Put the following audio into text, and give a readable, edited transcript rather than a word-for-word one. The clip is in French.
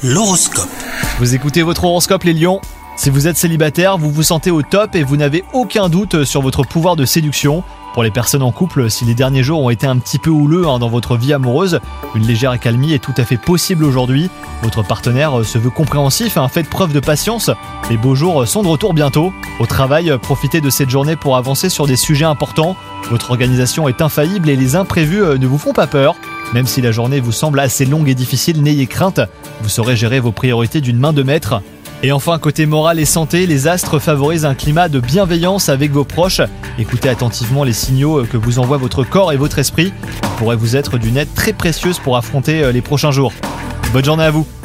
L'horoscope. Vous écoutez votre horoscope les lions. Si vous êtes célibataire, vous vous sentez au top et vous n'avez aucun doute sur votre pouvoir de séduction. Pour les personnes en couple, si les derniers jours ont été un petit peu houleux dans votre vie amoureuse, une légère accalmie est tout à fait possible aujourd'hui. Votre partenaire se veut compréhensif, faites preuve de patience. Les beaux jours sont de retour bientôt. Au travail, profitez de cette journée pour avancer sur des sujets importants. Votre organisation est infaillible et les imprévus ne vous font pas peur. Même si la journée vous semble assez longue et difficile, n'ayez crainte, vous saurez gérer vos priorités d'une main de maître. Et enfin, côté moral et santé, les astres favorisent un climat de bienveillance avec vos proches. Écoutez attentivement les signaux que vous envoie votre corps et votre esprit. Ils pourraient vous être d'une aide très précieuse pour affronter les prochains jours. Bonne journée à vous!